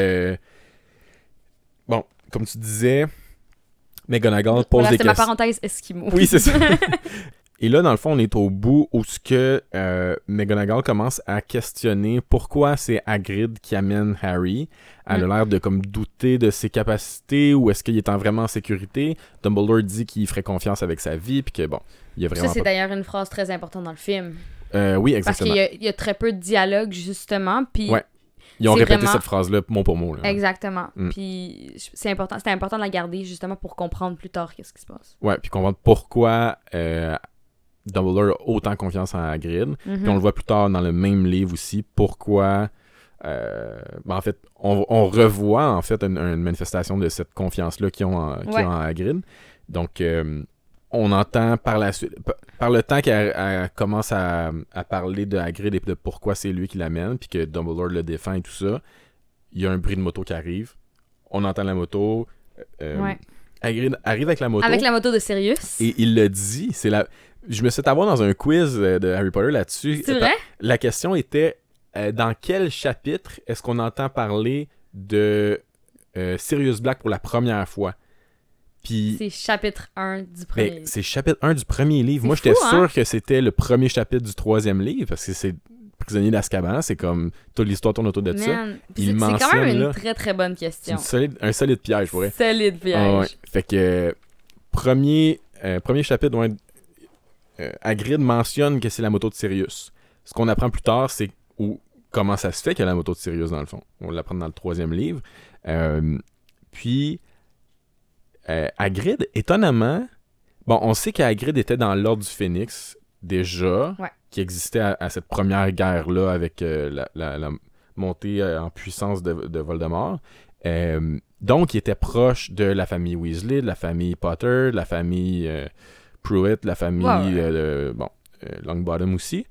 bon, comme tu disais. McGonagall pose des questions. C'est ma parenthèse Esquimau. Oui, c'est ça. Et là, dans le fond, on est au bout où McGonagall commence à questionner pourquoi c'est Hagrid qui amène Harry. Elle a l'air de comme douter de ses capacités ou est-ce qu'il est vraiment en sécurité. Dumbledore dit qu'il ferait confiance avec sa vie puis que bon, il y a vraiment. Ça, c'est d'ailleurs une phrase très importante dans le film. Oui, exactement. Parce qu'il y a très peu de dialogue, justement. Puis. Ouais. Ils ont répété cette phrase-là mot pour mot. Là. Exactement. Puis c'était important de la garder justement pour comprendre plus tard qu'est-ce qui se passe. Ouais, puis comprendre pourquoi Dumbledore a autant confiance en Hagrid. Puis on le voit plus tard dans le même livre aussi, pourquoi... en fait, on revoit en fait une manifestation de cette confiance-là qu'ils ont en Hagrid. Donc... on entend par la suite, par le temps qu'elle commence à parler de Hagrid et de pourquoi c'est lui qui l'amène, puis que Dumbledore le défend et tout ça, il y a un bruit de moto qui arrive. On entend la moto. Hagrid arrive avec la moto. Avec la moto de Sirius. Et il le dit. Je me suis fait avoir dans un quiz de Harry Potter là-dessus. C'est vrai? La question était dans quel chapitre est-ce qu'on entend parler de Sirius Black pour la première fois? Puis, c'est chapitre 1 du premier livre. C'est chapitre 1 du premier livre. Moi, j'étais sûr que c'était le premier chapitre du troisième livre, parce que c'est Prisonnier d'Azkaban, c'est comme toute l'histoire tourne autour de ça. C'est quand même une très très bonne question. Un solide piège, pour vrai. Solide piège. Fait que, premier chapitre, Hagrid mentionne que c'est la moto de Sirius. Ce qu'on apprend plus tard, c'est comment ça se fait qu'il y a la moto de Sirius, dans le fond. On l'apprend dans le troisième livre. Puis... Hagrid, étonnamment, on sait qu'Hagrid était dans l'Ordre du Phénix déjà, qui existait à cette première guerre-là avec la montée en puissance de Voldemort. Donc, il était proche de la famille Weasley, de la famille Potter, de la famille Pruitt, de la famille Longbottom aussi.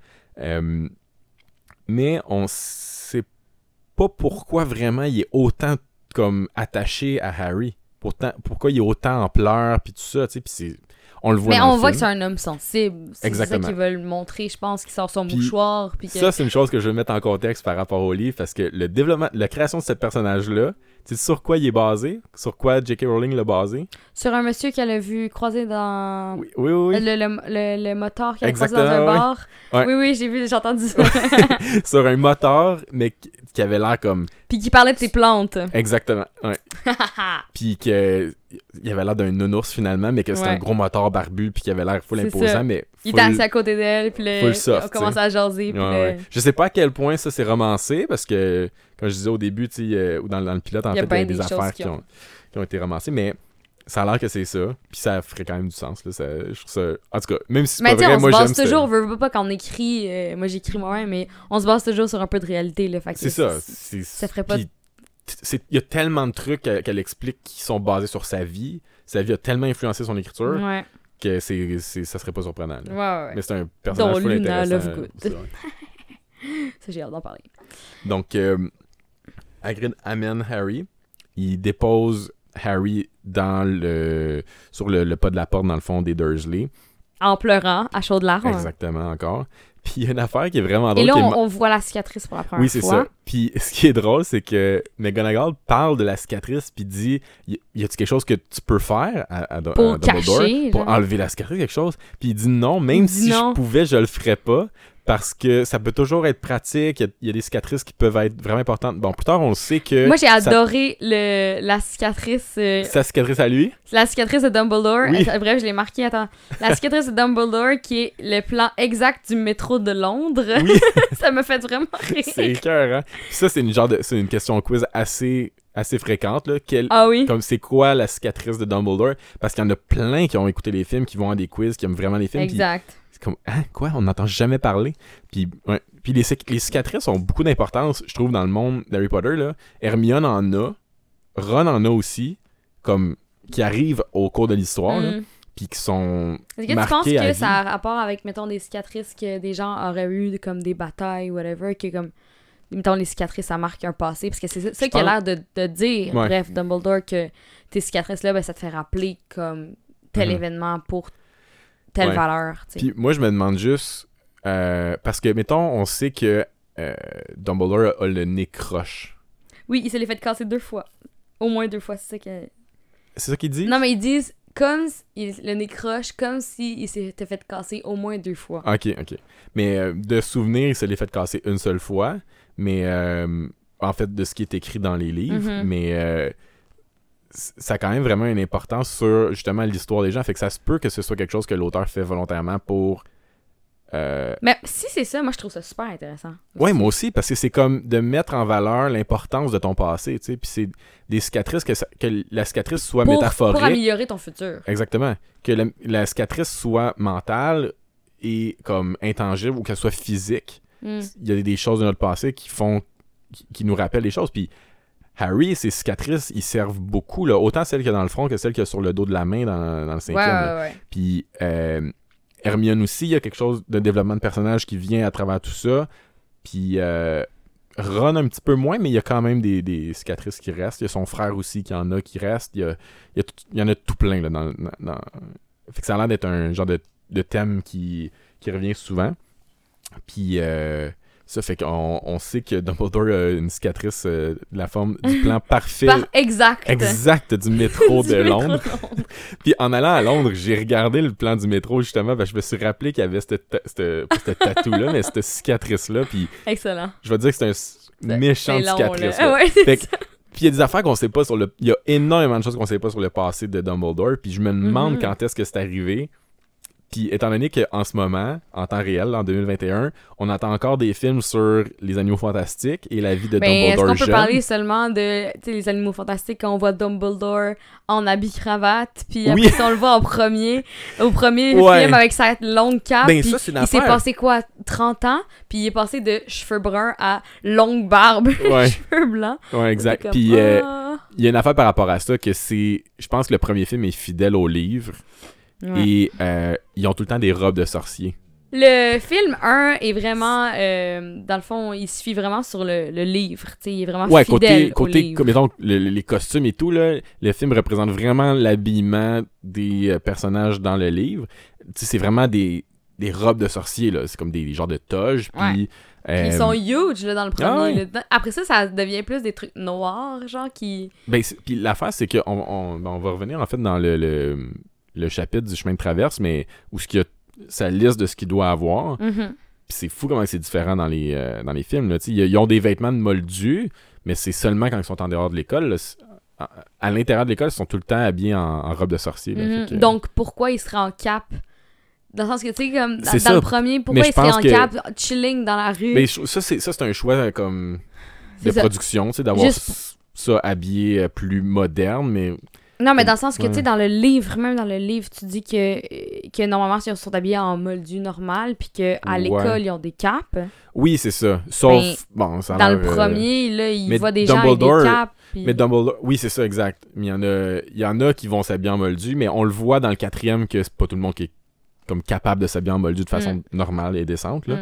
Mais on sait pas pourquoi vraiment il est autant comme attaché à Harry. Pourquoi il est autant en pleurs puis tout ça, tu sais, puis On le voit mais dans on le voit film. que c'est un homme sensible. C'est ça Exactement. qu'ils veulent montrer, je pense, qu'il sort son Puis mouchoir. Puis que... Ça, c'est une chose que je veux mettre en contexte par rapport au livre, parce que le développement, la création de ce personnage-là, tu sais sur quoi il est basé? Sur quoi J.K. Rowling l'a basé? Sur un monsieur qu'elle a vu croiser dans... Oui, oui, oui. Le moteur qu'elle a croisé dans Exactement, un oui. bar. Ouais. Oui, j'ai entendu ça. Sur un moteur, mais qui avait l'air comme... Puis qui parlait de ses plantes. Exactement, ouais. Puis que il avait l'air d'un nounours finalement, mais que c'était Ouais. un gros moteur barbu, puis qui avait l'air full C'est imposant, ça. mais Il full... était assis à côté d'elle, puis là, full soft, on commençait à jaser. Puis Ouais, là, ouais. Je sais pas à quel point ça c'est romancé, parce que, comme je disais au début, tu sais, ou dans le pilote, en Il y a fait, il y a bien des des affaires choses qui ont été romancées, mais ça a l'air que c'est ça, puis ça ferait quand même du sens, là, je trouve ça... En tout cas, même si c'est mais pas tu sais, vrai, on moi se j'aime base toujours, on veut pas quand on écrit, moi j'écris moi-même, mais on se base toujours sur un peu de réalité, là, fait que C'est ça. ça ferait pas... Puis, il y a tellement de trucs qu'elle explique qui sont basés sur sa vie. Sa vie a tellement influencé son écriture Ouais, que ça serait pas surprenant. Là. ouais. Mais c'est un personnage Dont full Luna intéressant. Lovegood. C'est vrai. Ça, j'ai hâte d'en parler. Donc, Hagrid amène Harry. Il dépose Harry sur le pas de la porte, dans le fond, des Dursley. En pleurant, à chaudes larmes. Exactement, encore. Puis il y a une affaire qui est vraiment drôle. Et là, qui est on voit la cicatrice pour la première fois. Oui, c'est ça. Puis ce qui est drôle, c'est que McGonagall parle de la cicatrice, puis dit y a-tu quelque chose que tu peux faire à Pour Dumbledore cacher, pour genre. enlever la cicatrice, quelque chose? Puis il dit non, même Il dit si non. je pouvais, je le ferais pas. Parce que ça peut toujours être pratique. Il y a des cicatrices qui peuvent être vraiment importantes. Bon, plus tard, on le sait que... Moi, j'ai adoré la cicatrice... Sa cicatrice à lui? La cicatrice de Dumbledore. Oui. Bref, je l'ai marqué. Attends. La cicatrice de Dumbledore, qui est le plan exact du métro de Londres. Oui. Ça me fait vraiment rire. C'est écœurant. Puis ça, c'est c'est une question quiz assez fréquente. Là. Ah oui? Comme c'est quoi la cicatrice de Dumbledore? Parce qu'il y en a plein qui ont écouté les films, qui vont à des quiz, qui aiment vraiment les films. Exact. C'est comme, hein, quoi? On n'entend jamais parler. Puis, ouais. Puis les cicatrices ont beaucoup d'importance, je trouve, dans le monde d'Harry Potter. Là. Hermione en a. Ron en a aussi. Comme, qui arrivent au cours de l'histoire. Là, puis qui sont Est-ce que marqués tu penses à que vie. ça a rapport avec, mettons, des cicatrices que des gens auraient eu, comme des batailles, whatever, que comme... Mettons, les cicatrices, ça marque un passé. Parce que c'est ça qu'il a l'air de dire. Ouais. Bref, Dumbledore, que tes cicatrices-là, ben, ça te fait rappeler comme tel événement pour telle Ouais. valeur. Tu sais. Puis moi, je me demande juste... parce que, mettons, on sait que Dumbledore a le nez croche. Oui, il se l'est fait casser 2 fois. Au moins 2 fois, c'est ça que... C'est ça qu'il dit? Non, mais ils disent comme le nez croche, comme s'il s'était fait casser au moins 2 fois. Ok. Mais de souvenir, il se l'est fait casser une seule fois. Mais en fait, de ce qui est écrit dans les livres. Mhm. Mais ça a quand même vraiment une importance sur, justement, l'histoire des gens. Fait que ça se peut que ce soit quelque chose que l'auteur fait volontairement pour... Mais si c'est ça, moi, je trouve ça super intéressant. Ouais, aussi. moi aussi, parce que c'est comme de mettre en valeur l'importance de ton passé, tu sais. Puis c'est des cicatrices, que la cicatrice soit métaphorique. Pour améliorer ton futur. Exactement. Que la cicatrice soit mentale et comme intangible ou qu'elle soit physique. Mm. Il y a des choses de notre passé qui nous rappellent des choses. Puis Harry, ses cicatrices, ils servent beaucoup, là, autant celles qu'il y a dans le front que celles qu'il y a sur le dos de la main dans le Ouais, cinquième. là. ouais. Puis Hermione aussi, il y a quelque chose de développement de personnage qui vient à travers tout ça. Puis Ron un petit peu moins, mais il y a quand même des cicatrices qui restent. Il y a son frère aussi qui en a qui restent. Il y en a tout plein là, dans... Fait que ça a l'air d'être un genre de thème qui revient souvent. Puis ça fait qu'on sait que Dumbledore a une cicatrice de la forme du plan parfait. Exact du métro de Londres. Puis en allant à Londres, j'ai regardé le plan du métro justement, parce que je me suis rappelé qu'il y avait cette tatou-là, mais cette cicatrice-là. Puis Excellent. je vais dire que c'est une méchante long, cicatrice. là. Là. Ouais, Fait que, puis il y a des affaires qu'on sait pas sur le... Il y a énormément de choses qu'on sait pas sur le passé de Dumbledore. Puis je me demande quand est-ce que c'est arrivé. Puis étant donné qu'en ce moment, en temps réel, en 2021, on entend encore des films sur les animaux fantastiques et la vie de Mais est-ce Dumbledore qu'on peut jeune. parler seulement de les animaux fantastiques quand on voit Dumbledore en habit cravate, puis Oui. après ça on le voit au premier Ouais. film avec sa longue cape, Ben, puis ça, c'est une il s'est affaire. passé quoi, 30 ans, puis il est passé de cheveux bruns à longue barbe, Ouais. cheveux blancs. Ouais, exact. C'est comme, Puis ah. il y a une affaire par rapport à ça que c'est... Je pense que le premier film est fidèle au livre Ouais. et ils ont tout le temps des robes de sorciers. Le film 1 est vraiment, dans le fond, il se fie vraiment sur le livre. T'sais, il est vraiment fidèle au livre. Mettons, les costumes et tout, là, le film représente vraiment l'habillement des personnages dans le livre. T'sais, c'est vraiment des robes de sorciers, là. C'est comme des genres de toges. Puis, ils sont huge là, dans le premier. Ah ouais. Après ça devient plus des trucs noirs, genre qui... Ben, puis l'affaire, c'est qu'on va revenir en fait dans le chapitre du chemin de traverse, mais où ce qu'il y a sa liste de ce qu'il doit avoir. Mm-hmm. Puis c'est fou comment c'est différent dans les films. Là. Ils ont des vêtements de moldus, mais c'est seulement quand ils sont en dehors de l'école. Là. À l'intérieur de l'école, ils sont tout le temps habillés en robe de sorcier. Là. Mm-hmm. Que... Donc, pourquoi ils seraient en cap? Dans le sens que, tu sais, comme dans ça. Le premier, pourquoi ils seraient en cap, chilling dans la rue? Mais ça, c'est un choix comme de production, d'avoir ça habillé plus moderne, mais... Non, mais dans le sens que, tu sais, dans le livre, tu dis que normalement, ils sont habillés en moldu normal, puis qu'à l'école, ils ont des capes. Oui, c'est ça. Sauf, ça dans le premier, là, il voit des gens avec des capes. Puis... Mais Dumbledore, oui, c'est ça, exact. Mais il y en a qui vont s'habiller en moldu, mais on le voit dans le 4e que c'est pas tout le monde qui est comme capable de s'habiller en moldu de façon normale et décente. Là.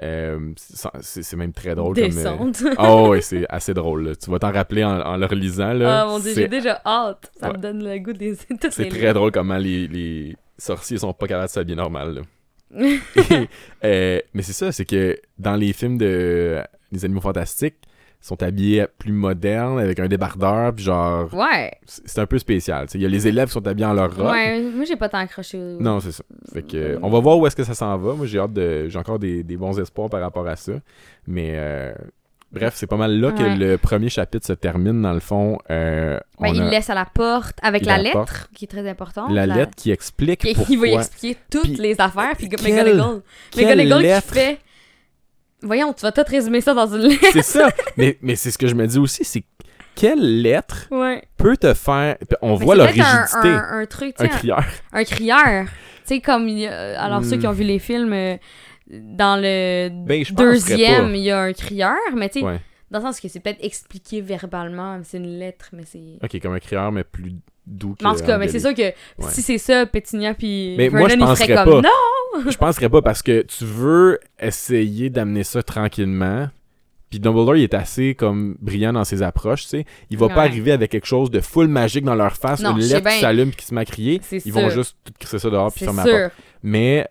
C'est même très drôle. Décente. Oh, oui, c'est assez drôle. Là. Tu vas t'en rappeler en le relisant. Là. Ah mon Dieu, j'ai déjà hâte. Ça me donne le goût des... C'est très drôle comment les sorciers sont pas capables de s'habiller normal. Là. Mais c'est ça, c'est que dans les films des Animaux Fantastiques, ils sont habillés plus modernes, avec un débardeur, puis genre... Ouais. C'est un peu spécial. Il y a les élèves qui sont habillés en leur robe. Ouais, moi j'ai pas tant accroché. Non, c'est ça. Fait que, on va voir où est-ce que ça s'en va. Moi, j'ai encore des bons espoirs par rapport à ça. Mais... Bref, c'est pas mal là que le premier chapitre se termine, dans le fond. Il laisse à la porte, avec la lettre, qui est très importante. La lettre qui explique pourquoi... Il va y expliquer toutes les affaires, puis McGonagall qui fait... Voyons, tu vas tout résumer ça dans une lettre. C'est ça. Mais c'est ce que je me dis aussi, c'est quelle lettre peut te faire... On voit la rigidité. Un truc, un crieur. Un crieur. Tu sais, comme... Alors, ceux qui ont vu les films... dans le deuxième, il y a un crieur, mais tu sais, dans le sens que c'est peut-être expliqué verbalement, c'est une lettre, mais c'est... Ok, comme un crieur, mais plus doux que... En tout cas, mais c'est sûr que si c'est ça, Pétunia puis Vernon, moi, je penserais pas. Non! Je penserais pas, parce que tu veux essayer d'amener ça tranquillement, puis Dumbledore, il est assez comme brillant dans ses approches, tu sais. Il va pas arriver avec quelque chose de full magique dans leur face, une lettre qui s'allume qui se met à crier. Ils vont juste tout crisser ça dehors puis fermer la porte. Mais...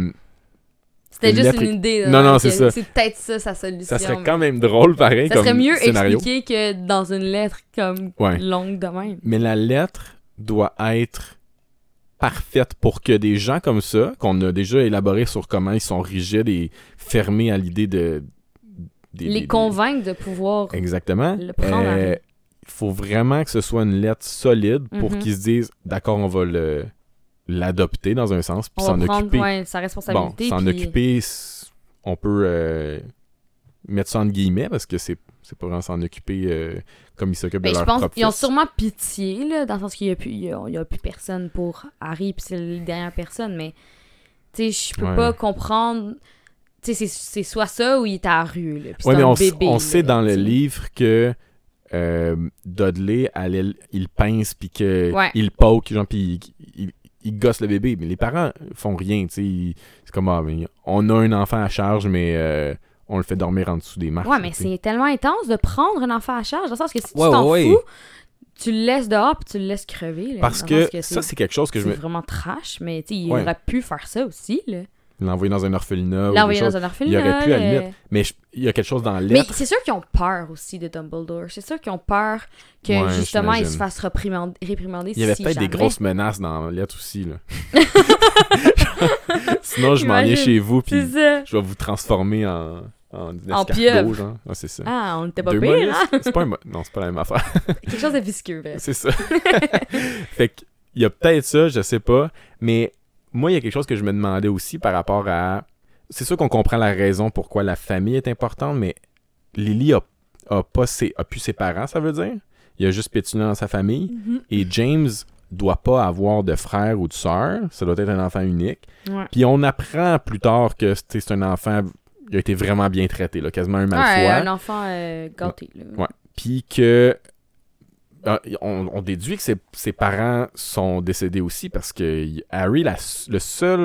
C'était juste une idée. Là, non, c'est ça. C'est peut-être ça, sa solution. Ça serait quand même drôle, pareil, comme scénario. Ça serait mieux expliqué que dans une lettre comme longue de même. Mais la lettre doit être parfaite pour que des gens comme ça, qu'on a déjà élaboré sur comment ils sont rigides et fermés à l'idée de... les convaincre de pouvoir le prendre. Il faut vraiment que ce soit une lettre solide pour qu'ils se disent « D'accord, on va l'adopter dans un sens, puis s'en occuper. Sa responsabilité. S'en occuper, on peut mettre ça en guillemets, parce que c'est pas vraiment s'en occuper comme ils s'occupent de leur propre fils. Ils ont sûrement pitié, là, dans le sens qu'il y a plus personne pour Harry, puis c'est la dernière personne, mais tu sais, je peux pas comprendre... Tu sais, c'est soit ça ou il est à la rue, là, puis c'est un bébé. On sait dans le livre que Dudley, il pince, puis qu'il poke, genre, puis il gosse le bébé, mais les parents font rien, tu sais. C'est comme, on a un enfant à charge, mais on le fait dormir en dessous des marches. Ouais, mais c'est tellement intense de prendre un enfant à charge, dans le sens que si tu t'en fous, tu le laisses dehors puis tu le laisses crever. Là, parce que ça, c'est quelque chose que c'est vraiment trash, mais tu sais, il aurait pu faire ça aussi, là. L'envoyer dans un orphelinat. L'envoyer dans un orphelinat. Il aurait pu admettre. Mais il y a quelque chose dans l'air. Mais c'est sûr qu'ils ont peur aussi de Dumbledore. C'est sûr qu'ils ont peur que justement il se fasse réprimander. Il y avait peut-être des grosses menaces dans la lettre aussi, là. Sinon, je m'en viens chez vous puis je vais vous transformer en escargot, genre. Ah, c'est ça. Ah, on n'était pas pire, hein? C'est pas non, c'est pas la même affaire. Quelque chose de visqueux, là. C'est ça. Fait qu'il y a peut-être ça, je sais pas, mais moi, il y a quelque chose que je me demandais aussi par rapport à... C'est sûr qu'on comprend la raison pourquoi la famille est importante, mais Lily a plus ses parents, ça veut dire. Il y a juste Pétunia dans sa famille. Mm-hmm. Et James doit pas avoir de frère ou de sœur. Ça doit être un enfant unique. Ouais. Puis on apprend plus tard que c'est un enfant... Il a été vraiment bien traité, là, quasiment un Malfoy. Ouais, un enfant gâté. Là. Ouais. Puis que... On déduit que ses parents sont décédés aussi parce que Harry, le seul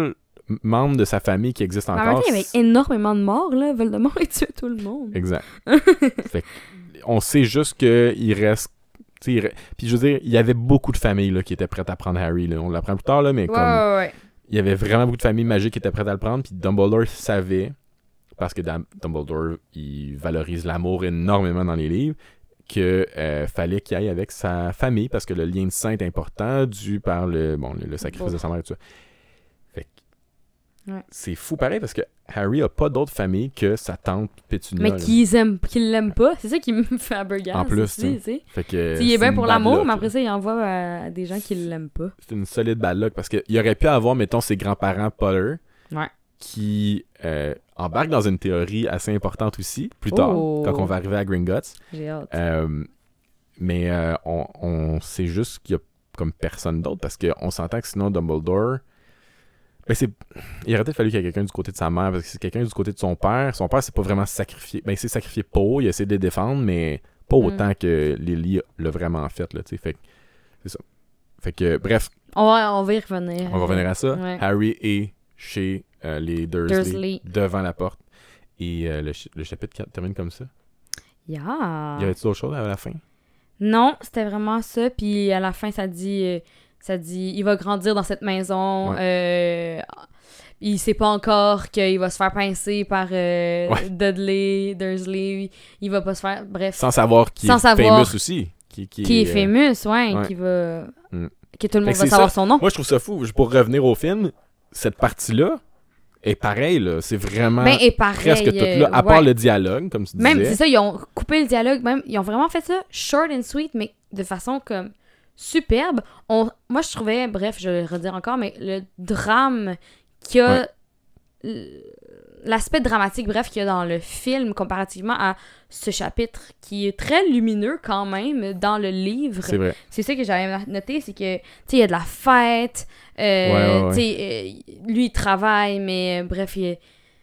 membres de sa famille qui existent En même encore. temps, il y avait énormément de morts, là. Voldemort a tué tout le monde. Exact. Fait on sait juste qu'il reste... Puis je veux dire, il y avait beaucoup de familles là, qui étaient prêtes à prendre Harry. Là. On l'apprend plus tard, là, mais Ouais. il y avait vraiment beaucoup de familles magiques qui étaient prêtes à le prendre. Puis Dumbledore savait, parce que Dumbledore, il valorise l'amour énormément dans les livres, que fallait qu'il aille avec sa famille, parce que le lien de sang est important, dû par le sacrifice de sa mère et tout ça. Fait que c'est fou pareil, parce que Harry a pas d'autre famille que sa tante Pétunia. Mais qu'ils l'aiment pas. C'est ça qui me fait abergasser. En plus, tu sais. Fait que Il est bien une pour bad l'amour, luck, mais là. après ça, il envoie à des gens qui l'aiment pas. C'est une solide bad luck, parce qu'il aurait pu avoir, mettons, ses grands-parents Potter, qui embarquent dans une théorie assez importante aussi, plus tard, quand on va arriver à Gringotts. J'ai hâte. Mais on sait juste qu'il y a comme personne d'autre, parce qu'on s'entend que sinon Dumbledore... Ben il aurait peut-être fallu qu'il y ait quelqu'un du côté de sa mère, parce que c'est quelqu'un du côté de son père. Son père s'est pas vraiment sacrifié. Ben, il s'est sacrifié pour, il a essayé de les défendre, mais pas autant que Lily l'a vraiment fait, là, tu sais. Fait que c'est ça. Fait que, bref. On va y revenir. On va revenir à ça. Ouais. Harry est chez les Dursley, devant la porte. Et le chapitre termine comme ça. Yeah. Y avait-tu d'autres choses à la fin? Non, c'était vraiment ça. Puis à la fin, ça dit il va grandir dans cette maison. Il sait pas encore qu'il va se faire pincer par Dudley, Dursley. Il va pas se faire... Bref. Sans savoir qu'il est famous aussi. Qui est famous, qui va... Que tout le monde va savoir son nom. Moi, je trouve ça fou. Pour revenir au film, cette partie-là est pareille, là. C'est vraiment presque tout là, à part le dialogue, comme tu disais. Même, c'est ça, ils ont coupé le dialogue. Même, ils ont vraiment fait ça short and sweet, mais de façon comme superbe. Moi, je trouvais, bref, je vais le redire encore, mais le drame qu'il y a... L'aspect dramatique, bref, qu'il y a dans le film comparativement à ce chapitre qui est très lumineux quand même dans le livre. C'est vrai. C'est ça que j'avais noté, c'est que, tu sais, il y a de la fête, tu sais, lui, il travaille, mais bref, il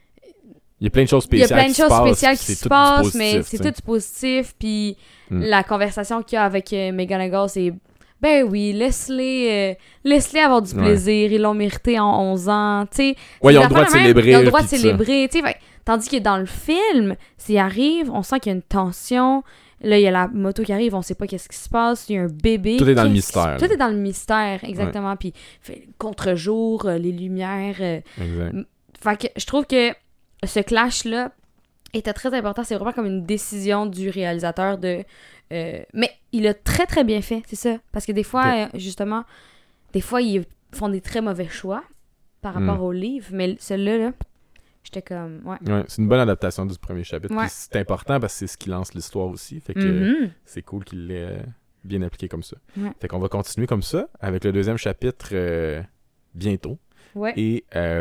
y a plein de choses spéciales qui se passent, mais c'est tout du positif, puis la conversation qu'il y a avec McGonagall, c'est ben oui, laisse-les avoir du plaisir. Ils l'ont mérité en 11 ans. T'sais, ils ont le droit de célébrer. Ils ont le droit de célébrer. Tandis que dans le film, s'il arrive, on sent qu'il y a une tension. Là, il y a la moto qui arrive, on sait pas qu'est-ce qui se passe. Il y a un bébé. Tout est dans le mystère. Tout est dans le mystère, exactement. Puis, contre-jour, les lumières. Exact. Fait que je trouve que ce clash-là était très important. C'est vraiment comme une décision du réalisateur de... mais il a très très bien fait, c'est ça. Parce que des fois, justement, ils font des très mauvais choix par rapport au livre. Mais celui-là, là, j'étais comme... Ouais, c'est une bonne adaptation du premier chapitre. Puis c'est important parce que c'est ce qui lance l'histoire aussi. Fait que c'est cool qu'il l'ait bien appliqué comme ça. Ouais. Fait qu'on va continuer comme ça avec le deuxième chapitre bientôt. Ouais. Et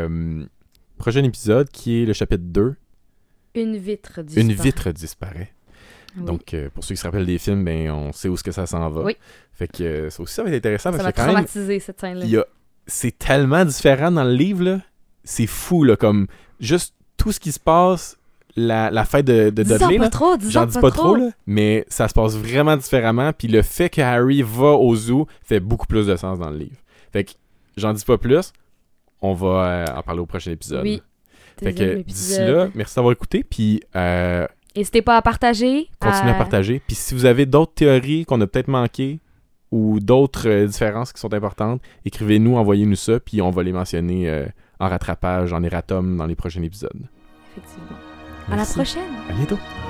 prochain épisode qui est le chapitre 2. Une vitre disparaît. Une vitre disparaît. Oui. Donc, pour ceux qui se rappellent des films, ben, on sait où est-ce que ça s'en va. Oui. Fait que ça aussi, ça va être intéressant. Ça m'a traumatisé, cette scène-là. C'est tellement différent dans le livre, là. C'est fou, là, comme juste tout ce qui se passe, la fête de Dudley, là. J'en dis pas trop, là, mais ça se passe vraiment différemment. Puis le fait que Harry va au zoo fait beaucoup plus de sens dans le livre. Fait que j'en dis pas plus. On va en parler au prochain épisode. Oui. Fait que d'ici là, merci d'avoir écouté. Puis n'hésitez pas à partager. Continuez à partager. Puis si vous avez d'autres théories qu'on a peut-être manquées ou d'autres différences qui sont importantes, écrivez-nous, envoyez-nous ça, puis on va les mentionner en rattrapage, en erratum dans les prochains épisodes. Effectivement. Merci. À la prochaine. À bientôt.